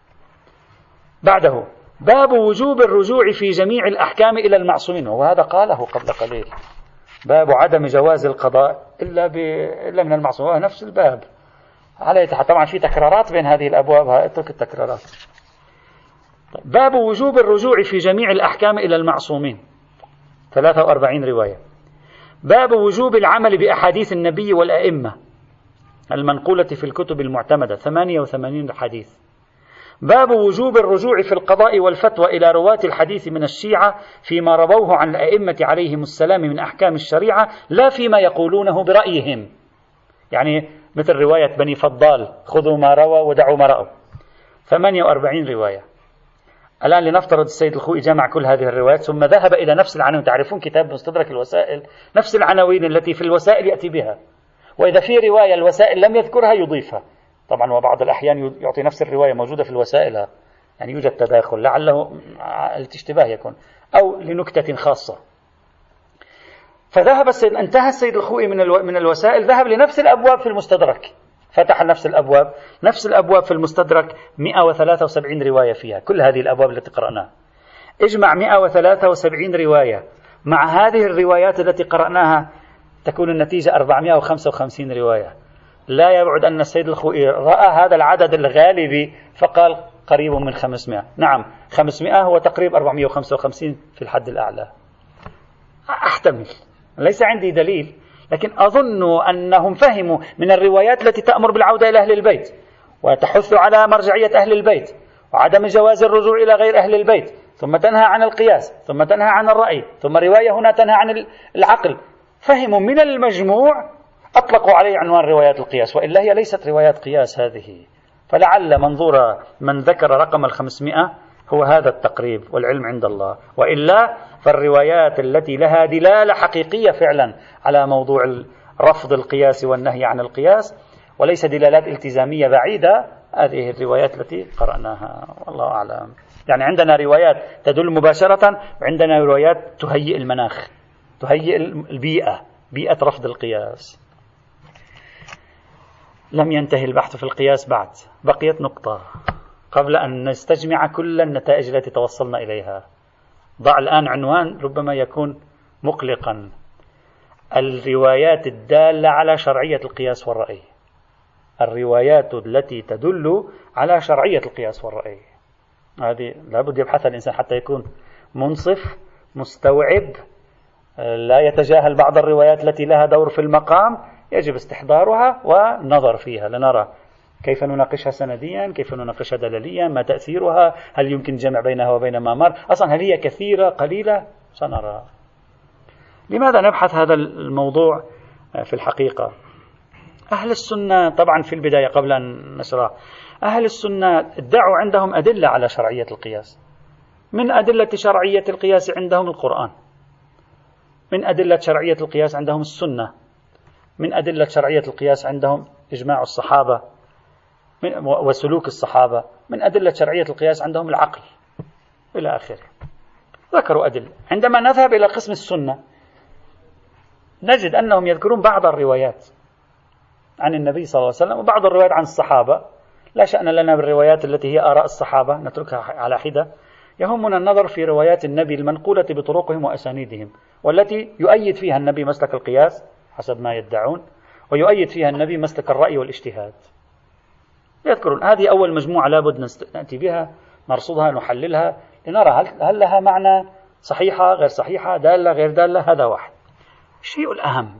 بعده باب وجوب الرجوع في جميع الأحكام إلى المعصومين، وهذا قاله قبل قليل. باب عدم جواز القضاء إلا, ب... إلا من المعصومين، نفس الباب. على طبعا في تكرارات بين هذه الأبواب، اترك التكرارات. باب وجوب الرجوع في جميع الأحكام إلى المعصومين. ثلاثة وأربعين رواية. باب وجوب العمل بأحاديث النبي والأئمة المنقولة في الكتب المعتمدة، ثمانية وثمانين حديث. باب وجوب الرجوع في القضاء والفتوى إلى رواة الحديث من الشيعة فيما رووه عن الأئمة عليهم السلام من أحكام الشريعة، لا فيما يقولونه برأيهم، يعني مثل رواية بني فضال، خذوا ما روى ودعوا ما رأوا، ثمانية وأربعين رواية. الآن لنفترض السيد الخوئي جمع كل هذه الروايات ثم ذهب إلى نفس العناوين، تعرفون كتاب مستدرك الوسائل، نفس العناوين التي في الوسائل يأتي بها، وإذا في رواية الوسائل لم يذكرها يضيفها. طبعا وبعض الأحيان يعطي نفس الرواية موجودة في الوسائل، يعني يوجد تداخل لعله الاشتباه يكون أو لنكتة خاصة. فذهب السيد، انتهى السيد الخوئي من الو... من الوسائل، ذهب لنفس الأبواب في المستدرك، فتح نفس الأبواب، نفس الأبواب في المستدرك مئة وثلاثة وسبعين رواية فيها، كل هذه الأبواب التي قرأناها. اجمع مئة وثلاثة وسبعين رواية مع هذه الروايات التي قرأناها تكون النتيجة أربعمئة وخمسة وخمسين رواية. لا يبعد أن السيد الخوئي رأى هذا العدد الغالبي فقال قريب من خمسمائة. نعم، خمسمائة هو تقريب أربعمئة وخمسة وخمسين في الحد الأعلى. أحتمل، ليس عندي دليل، لكن أظن أنهم فهموا من الروايات التي تأمر بالعودة إلى أهل البيت وتحث على مرجعية أهل البيت وعدم جواز الرجوع إلى غير أهل البيت، ثم تنهى عن القياس، ثم تنهى عن الرأي، ثم رواية هنا تنهى عن العقل. فهموا من المجموع، أطلقوا عليه عنوان روايات القياس، وإلا هي ليست روايات قياس هذه. فلعل منظور من ذكر رقم الخمسمائة هو هذا التقريب، والعلم عند الله. وإلا فالروايات التي لها دلالة حقيقية فعلا على موضوع رفض القياس والنهي عن القياس، وليس دلالات التزامية بعيدة، هذه الروايات التي قرأناها والله أعلم. يعني عندنا روايات تدل مباشرة، وعندنا روايات تهيئ المناخ، تهيئ البيئة، بيئة رفض القياس. لم ينتهي البحث في القياس بعد، بقيت نقطة قبل أن نستجمع كل النتائج التي توصلنا إليها. ضع الآن عنوان ربما يكون مقلقا: الروايات الدالة على شرعية القياس والرأي. الروايات التي تدل على شرعية القياس والرأي، هذه لابد يبحثها الإنسان حتى يكون منصف مستوعب، لا يتجاهل بعض الروايات التي لها دور في المقام، يجب استحضارها والنظر فيها لنرى كيف نناقشها سنديا، كيف نناقشها دلاليا، ما تأثيرها، هل يمكن جمع بينها وبين ما مر، أصلا هل هي كثيرة قليلة، سنرى. لماذا نبحث هذا الموضوع في الحقيقة؟ أهل السنة طبعا في البداية قبل أن نشرح، أهل السنة ادعوا عندهم أدلة على شرعية القياس. من أدلة شرعية القياس عندهم القرآن، من أدلة شرعية القياس عندهم السنة، من أدلة شرعية القياس عندهم إجماع الصحابة وسلوك الصحابة، من أدلة شرعية القياس عندهم العقل إلى آخره. ذكروا أدلة. عندما نذهب إلى قسم السنة نجد أنهم يذكرون بعض الروايات عن النبي صلى الله عليه وسلم وبعض الروايات عن الصحابة. لا شأن لنا بالروايات التي هي آراء الصحابة، نتركها على حدة. يهمنا النظر في روايات النبي المنقولة بطرقهم وأسانيدهم، والتي يؤيد فيها النبي مسلك القياس حسب ما يدعون، ويؤيد فيها النبي مسلك الرأي والاجتهاد. يذكرون هذه أول مجموعة لابد نأتي بها، نرصدها، نحللها لنرى هل, هل لها معنى صحيحة غير صحيحة، دالة غير دالة. هذا واحد. الشيء الأهم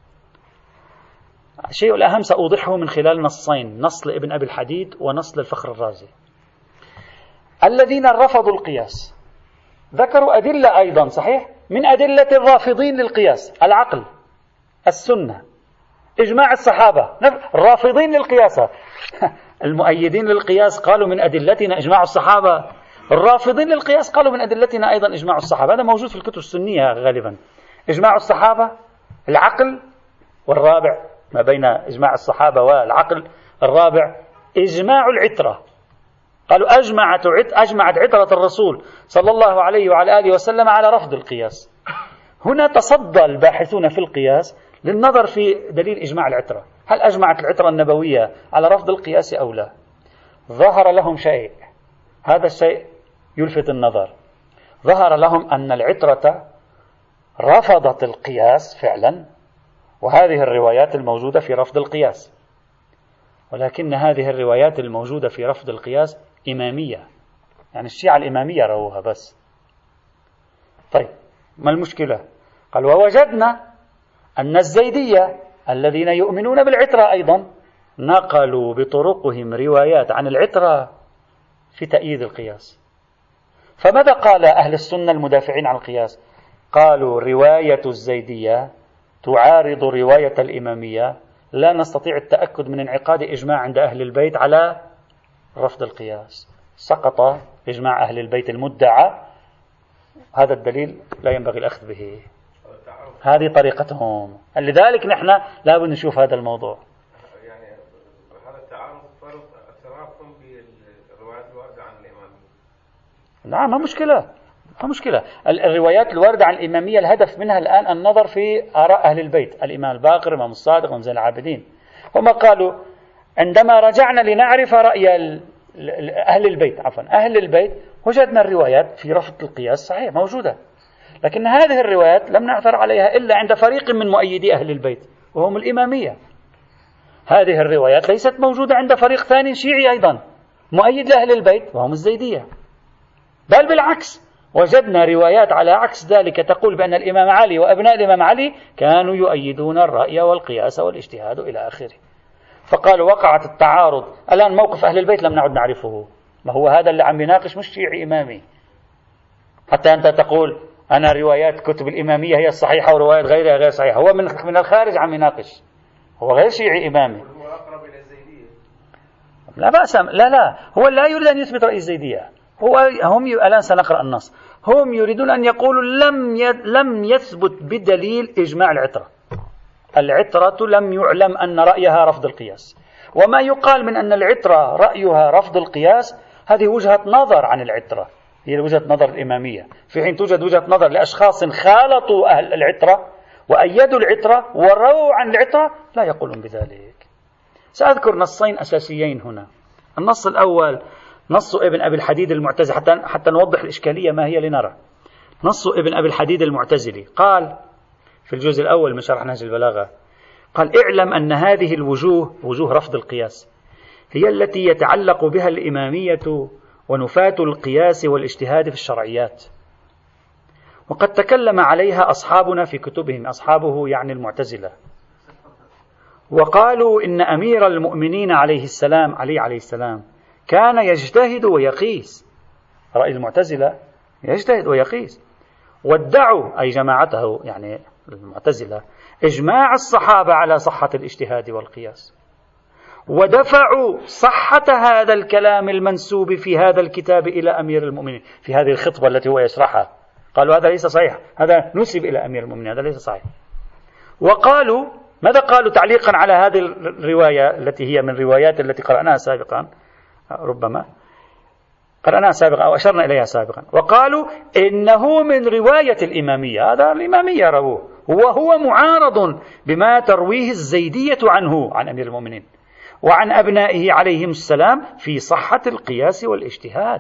الشيء الأهم سأوضحه من خلال نصين، نص لابن أبي الحديد ونص للفخر الرازي. الذين رفضوا القياس ذكروا أدلة أيضا صحيح من أدلة الرافضين للقياس: العقل، السنة، إجماع الصحابة. الرافضين للقياس المؤيدين للقياس قالوا من أدلتنا إجماع الصحابة، الرافضين للقياس قالوا من أدلتنا أيضا إجماع الصحابة. هذا موجود في الكتب السنية غالبا، إجماع الصحابة، العقل، والرابع ما بين إجماع الصحابة والعقل الرابع إجماع العترة. قالوا أجمعت أجمعت عترة الرسول صلى الله عليه وعلى آله وسلم على رفض القياس. هنا تصدى الباحثون في القياس للنظر في دليل إجماع العترة، هل أجمعت العترة النبوية على رفض القياس أو لا؟ ظهر لهم شيء، هذا الشيء يلفت النظر. ظهر لهم أن العترة رفضت القياس فعلا، وهذه الروايات الموجودة في رفض القياس، ولكن هذه الروايات الموجودة في رفض القياس إمامية، يعني الشيعة الإمامية رووها بس. طيب ما المشكلة؟ قال ووجدنا أن الزيدية الذين يؤمنون بالعترة أيضا نقلوا بطرقهم روايات عن العترة في تأييد القياس. فماذا قال أهل السنة المدافعين عن القياس؟ قالوا رواية الزيدية تعارض رواية الإمامية، لا نستطيع التأكد من انعقاد إجماع عند أهل البيت على رفض القياس، سقط إجماع أهل البيت المدعى، هذا الدليل لا ينبغي الأخذ به. هذه طريقتهم، لذلك نحن لا بد نشوف هذا الموضوع. يعني هذا التعارض فرض اعترافهم بالروايات الواردة عن الإمامية. نعم، ما مشكلة، ما مشكلة. الروايات الواردة عن الإمامية الهدف منها الآن النظر في آراء أهل البيت، الإمام الباقر، الإمام الصادق، الإمام زين العابدين. هم قالوا عندما رجعنا لنعرف رأي أهل البيت عفوا أهل البيت وجدنا الروايات في رفض القياس صحيح موجودة، لكن هذه الروايات لم نعثر عليها إلا عند فريق من مؤيدي أهل البيت وهم الإمامية. هذه الروايات ليست موجودة عند فريق ثاني شيعي أيضا مؤيد لأهل البيت وهم الزيدية، بل بالعكس وجدنا روايات على عكس ذلك تقول بأن الإمام علي وأبناء الإمام علي كانوا يؤيدون الرأي والقياس والاجتهاد إلى آخره. فقالوا وقعت التعارض، الآن موقف أهل البيت لم نعد نعرفه، ما هو هذا اللي عم يناقش مش شيعي إمامي، حتى أنت تقول أنا روايات كتب الإمامية هي الصحيحة وروايات غيرها غير صحيحة، هو من من الخارج عم يناقش، هو غير شيعي إمامي. هو أقرب إلى الزيدية. لا بأس، لا لا هو لا يريد أن يثبت رأي الزيدية، هو هم ي... الآن سنقرأ النص، هم يريدون أن يقولوا لم ي... لم يثبت بدليل إجماع العترة، العترة لم يعلم أن رأيها رفض القياس، وما يقال من أن العترة رأيها رفض القياس هذه وجهة نظر عن العترة، هي وجهة نظر الإمامية، في حين توجد وجهة نظر لأشخاص خالطوا أهل العترة وأيدوا العترة ورووا عن العترة لا يقولون بذلك. سأذكر نصين أساسيين هنا. النص الأول نص ابن أبي الحديد المعتزلي، حتى حتى نوضح الإشكالية ما هي لنرى. نص ابن أبي الحديد المعتزلي قال في الجزء الأول من شرح نهج البلاغة، قال اعلم أن هذه الوجوه وجوه رفض القياس هي التي يتعلق بها الإمامية ونفاة القياس والاجتهاد في الشرعيات، وقد تكلم عليها أصحابنا في كتبهم، أصحابه يعني المعتزلة، وقالوا إن أمير المؤمنين عليه السلام علي عليه السلام كان يجتهد ويقيس، رأي المعتزلة يجتهد ويقيس، وادعوا أي جماعته يعني المعتزلة إجماع الصحابة على صحة الاجتهاد والقياس، ودفعوا صحة هذا الكلام المنسوب في هذا الكتاب إلى أمير المؤمنين في هذه الخطبة التي هو يشرحها، قالوا هذا ليس صحيح، هذا نسب إلى أمير المؤمنين، هذا ليس صحيح. وقالوا ماذا قالوا تعليقا على هذه الرواية التي هي من روايات التي قرأناها سابقا، ربما قرأناها سابقا أو أشرنا إليها سابقا، وقالوا إنه من رواية الإمامية، هذا الإمامية رووه، وهو معارض بما ترويه الزيدية عنه عن أمير المؤمنين وعن أبنائه عليهم السلام في صحة القياس والاجتهاد،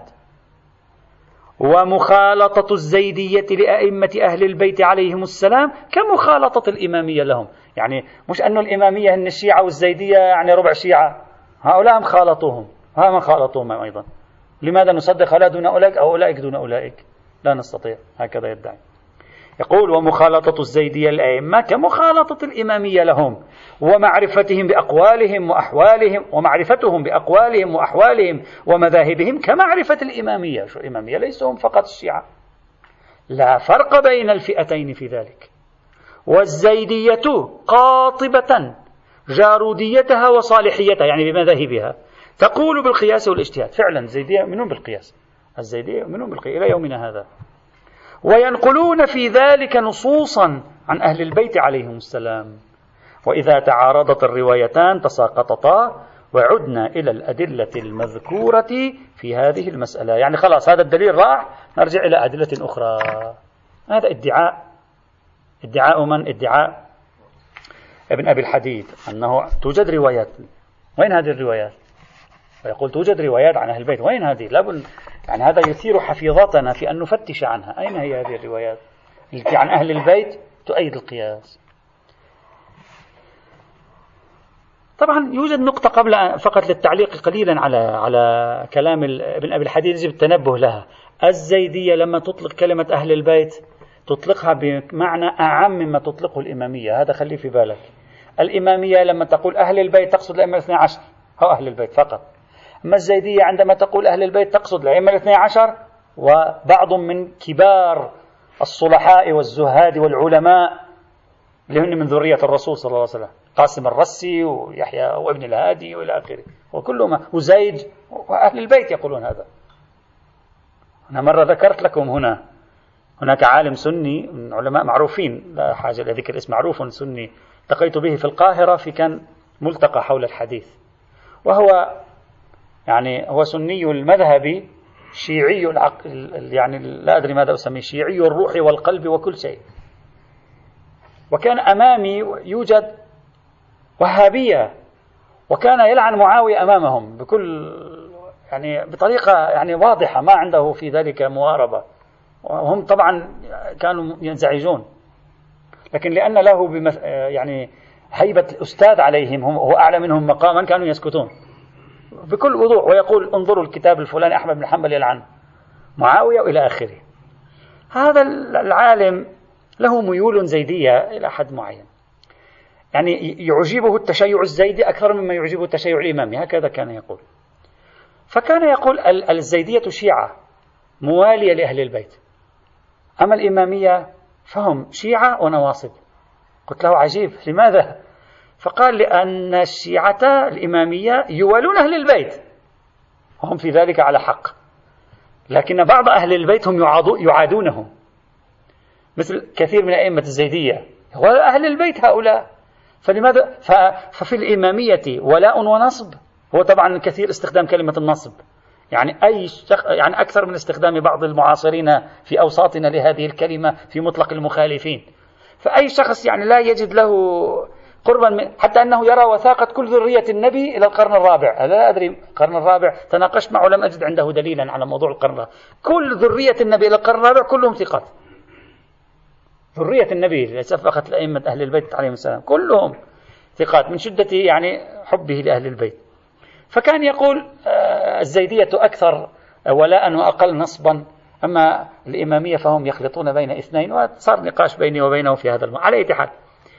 ومخالطة الزيدية لأئمة أهل البيت عليهم السلام كمخالطة الإمامية لهم، يعني مش أن الإمامية هن الشيعة والزيدية يعني ربع شيعة، هؤلاء هم خالطوهم، ها من خالطوهم أيضا، لماذا نصدق هؤلاء دون أولئك أو أولئك دون أولئك؟ لا نستطيع، هكذا يدعي. يقول ومخالطة الزيدية الأئمة كمخالطة الإمامية لهم، ومعرفتهم بأقوالهم وأحوالهم ومعرفتهم بأقوالهم وأحوالهم ومذاهبهم كمعرفة الإمامية، شو الإمامية ليسوا هم فقط الشيعة، لا فرق بين الفئتين في ذلك. والزيدية قاطبة جاروديتها وصالحيتها يعني بمذاهبها تقول بالقياس والاجتهاد، فعلا الزيدية يؤمنون بالقياس، الزيدية يؤمنون بالقياس إلى يومنا هذا، وينقلون في ذلك نصوصا عن أهل البيت عليهم السلام، وإذا تعارضت الروايتان تساقطتا وعدنا إلى الأدلة المذكورة في هذه المسألة، يعني خلاص هذا الدليل راح نرجع إلى أدلة أخرى. هذا ادعاء، ادعاء من؟ ادعاء ابن أبي الحديد أنه توجد روايات. وين هذه الروايات؟ ويقول توجد روايات عن أهل البيت، وين هذه؟ لابد يعني هذا يثير حفيظتنا في أن نفتش عنها، أين هي هذه الروايات التي عن أهل البيت تؤيد القياس؟ طبعا يوجد نقطة قبل فقط للتعليق قليلا على على كلام ابن أبي الحديد يجب التنبه لها. الزيدية لما تطلق كلمة أهل البيت تطلقها بمعنى أعم مما تطلقه الإمامية. هذا خليه في بالك. الإمامية لما تقول أهل البيت تقصد الأئمة الاثني عشر أو أهل البيت فقط. أما الزيدية عندما تقول أهل البيت تقصد الأئمة الاثني عشر وبعض من كبار الصلحاء والزهاد والعلماء اللي هن من ذرية الرسول صلى الله عليه وسلم، قاسم الرسي ويحيى وابن الهادي وإلى آخره، وكلهم وزيد وأهل البيت يقولون هذا. أنا مرة ذكرت لكم هنا هناك عالم سني من علماء معروفين، لا حاجة لذكر اسم، معروف سني التقيت به في القاهرة في كان ملتقى حول الحديث، وهو يعني هو سني المذهب شيعي العقل، يعني لا أدري ماذا أسميه، شيعي الروح والقلب وكل شيء. وكان أمامي يوجد وهابية، وكان يلعن معاوية أمامهم بكل يعني بطريقة يعني واضحة، ما عنده في ذلك مواربة، وهم طبعا كانوا ينزعجون، لكن لأن له بمث... يعني هيبة الأستاذ عليهم، هو أعلى منهم مقاما، كانوا يسكتون بكل وضوح ويقول انظروا الكتاب الفلاني أحمد بن حنبل يلعن معاوية وإلى آخره. هذا العالم له ميول زيدية إلى حد معين، يعني يعجبه التشيع الزيدي أكثر مما يعجبه التشيع الإمامي، هكذا كان يقول. فكان يقول الزيدية شيعة موالية لأهل البيت، أما الإمامية فهم شيعة ونواصب. قلت له عجيب، لماذا؟ فقال لأن الشيعة الإمامية يوالون أهل البيت، وهم في ذلك على حق، لكن بعض أهل البيت هم يعادونهم، مثل كثير من أئمة الزيدية هو أهل البيت هؤلاء. فلماذا؟ ففي الإمامية ولاء ونصب، هو طبعا كثير استخدام كلمة النصب، يعني أي شخ... يعني أكثر من استخدام بعض المعاصرين في أوساطنا لهذه الكلمة في مطلق المخالفين. فأي شخص يعني لا يجد له قربا من... حتى أنه يرى وثاقة كل ذرية النبي إلى القرن الرابع. لا أدري القرن الرابع، تناقشت معه لم أجد عنده دليلا على موضوع القرن الرابع. كل ذرية النبي إلى القرن الرابع كلهم ثقات، ذرية النبي التي سفقت الأئمة أهل البيت عليهم السلام كلهم ثقات من شدة يعني حبه لأهل البيت. فكان يقول الزيدية أكثر ولاء وأقل نصبا، أما الإمامية فهم يخلطون بين اثنين، وصار نقاش بيني وبينه في هذا الموضوع. على أي حال،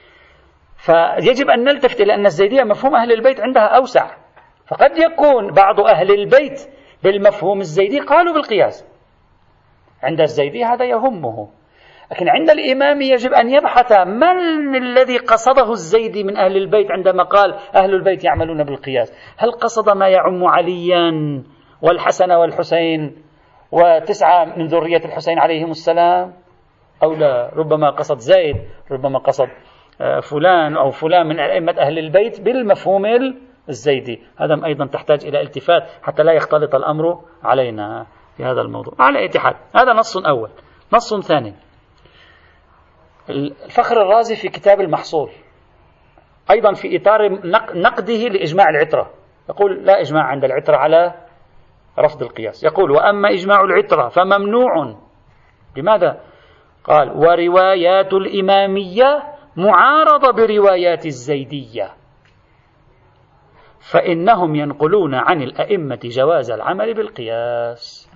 فيجب أن نلتفت إلى أن الزيدية مفهوم أهل البيت عندها أوسع، فقد يكون بعض أهل البيت بالمفهوم الزيدي قالوا بالقياس، عند الزيدي هذا يهمه، لكن عند الإمام يجب أن يبحث من الذي قصده الزيدي من أهل البيت عندما قال أهل البيت يعملون بالقياس. هل قصد ما يعم عليا والحسن والحسين وتسعة من ذرية الحسين عليهم السلام، أو لا؟ ربما قصد زيد، ربما قصد فلان أو فلان من أئمة أهل البيت بالمفهوم الزيدي. هذا أيضا تحتاج إلى التفات حتى لا يختلط الأمر علينا في هذا الموضوع. على أي حال، هذا نص أول. نص ثاني، الفخر الرازي في كتاب المحصول أيضا في إطار نقده لإجماع العترة، يقول لا إجماع عند العترة على رفض القياس. يقول وأما إجماع العترة فممنوع. لماذا؟ قال وروايات الإمامية معارضة بروايات الزيدية، فإنهم ينقلون عن الأئمة جواز العمل بالقياس.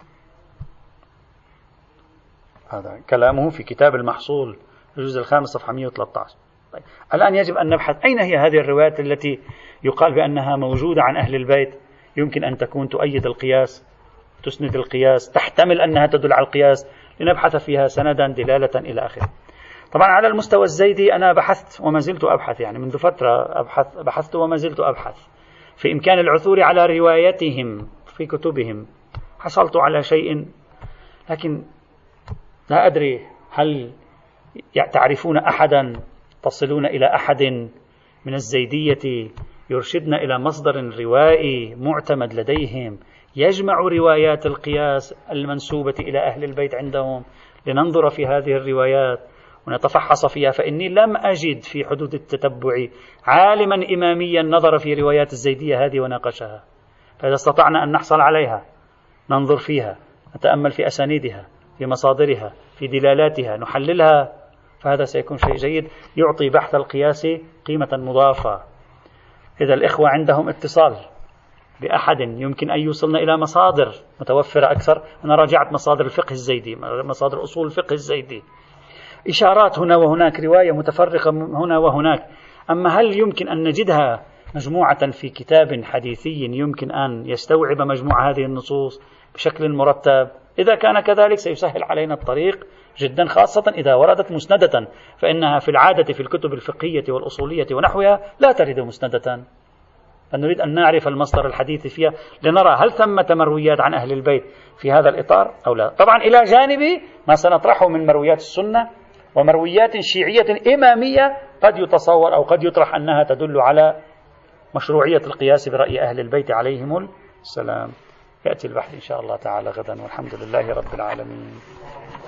هذا كلامه في كتاب المحصول الجزء الخامس صفحة مئة وثلاثة عشر. طيب. الآن يجب أن نبحث أين هي هذه الروايات التي يقال بأنها موجودة عن أهل البيت، يمكن أن تكون تؤيد القياس، تسند القياس، تحتمل أنها تدل على القياس، لنبحث فيها سندا دلالة إلى آخره. طبعا على المستوى الزيدي أنا بحثت وما زلت أبحث، يعني منذ فترة أبحث بحثت وما زلت أبحث في إمكان العثور على روايتهم في كتبهم. حصلت على شيء، لكن لا أدري هل تعرفون أحدا، تصلون إلى أحد من الزيدية يرشدنا إلى مصدر روائي معتمد لديهم يجمع روايات القياس المنسوبة إلى أهل البيت عندهم، لننظر في هذه الروايات ونتفحص فيها. فإني لم أجد في حدود التتبع عالما إماميا نظر في روايات الزيدية هذه وناقشها. فإذا استطعنا أن نحصل عليها ننظر فيها، نتأمل في أسانيدها، في مصادرها، في دلالاتها، نحللها، فهذا سيكون شيء جيد يعطي بحث القياس قيمة مضافة. إذا الإخوة عندهم اتصال بأحد يمكن أن يوصلنا إلى مصادر متوفرة أكثر. أنا راجعت مصادر الفقه الزيدي، مصادر أصول الفقه الزيدي، إشارات هنا وهناك، رواية متفرقة هنا وهناك. أما هل يمكن أن نجدها مجموعة في كتاب حديثي يمكن أن يستوعب مجموعة هذه النصوص بشكل مرتب؟ إذا كان كذلك سيسهل علينا الطريق جدا، خاصة إذا وردت مسندة، فإنها في العادة في الكتب الفقهية والأصولية ونحوها لا ترد مسندة، فنريد أن نعرف المصدر الحديث فيها لنرى هل ثمة مرويات عن أهل البيت في هذا الإطار أو لا. طبعا إلى جانب ما سنطرحه من مرويات السنة ومرويات شيعية إمامية قد يتصور أو قد يطرح أنها تدل على مشروعية القياس برأي أهل البيت عليهم السلام. يأتي البحث إن شاء الله تعالى غدا، والحمد لله رب العالمين.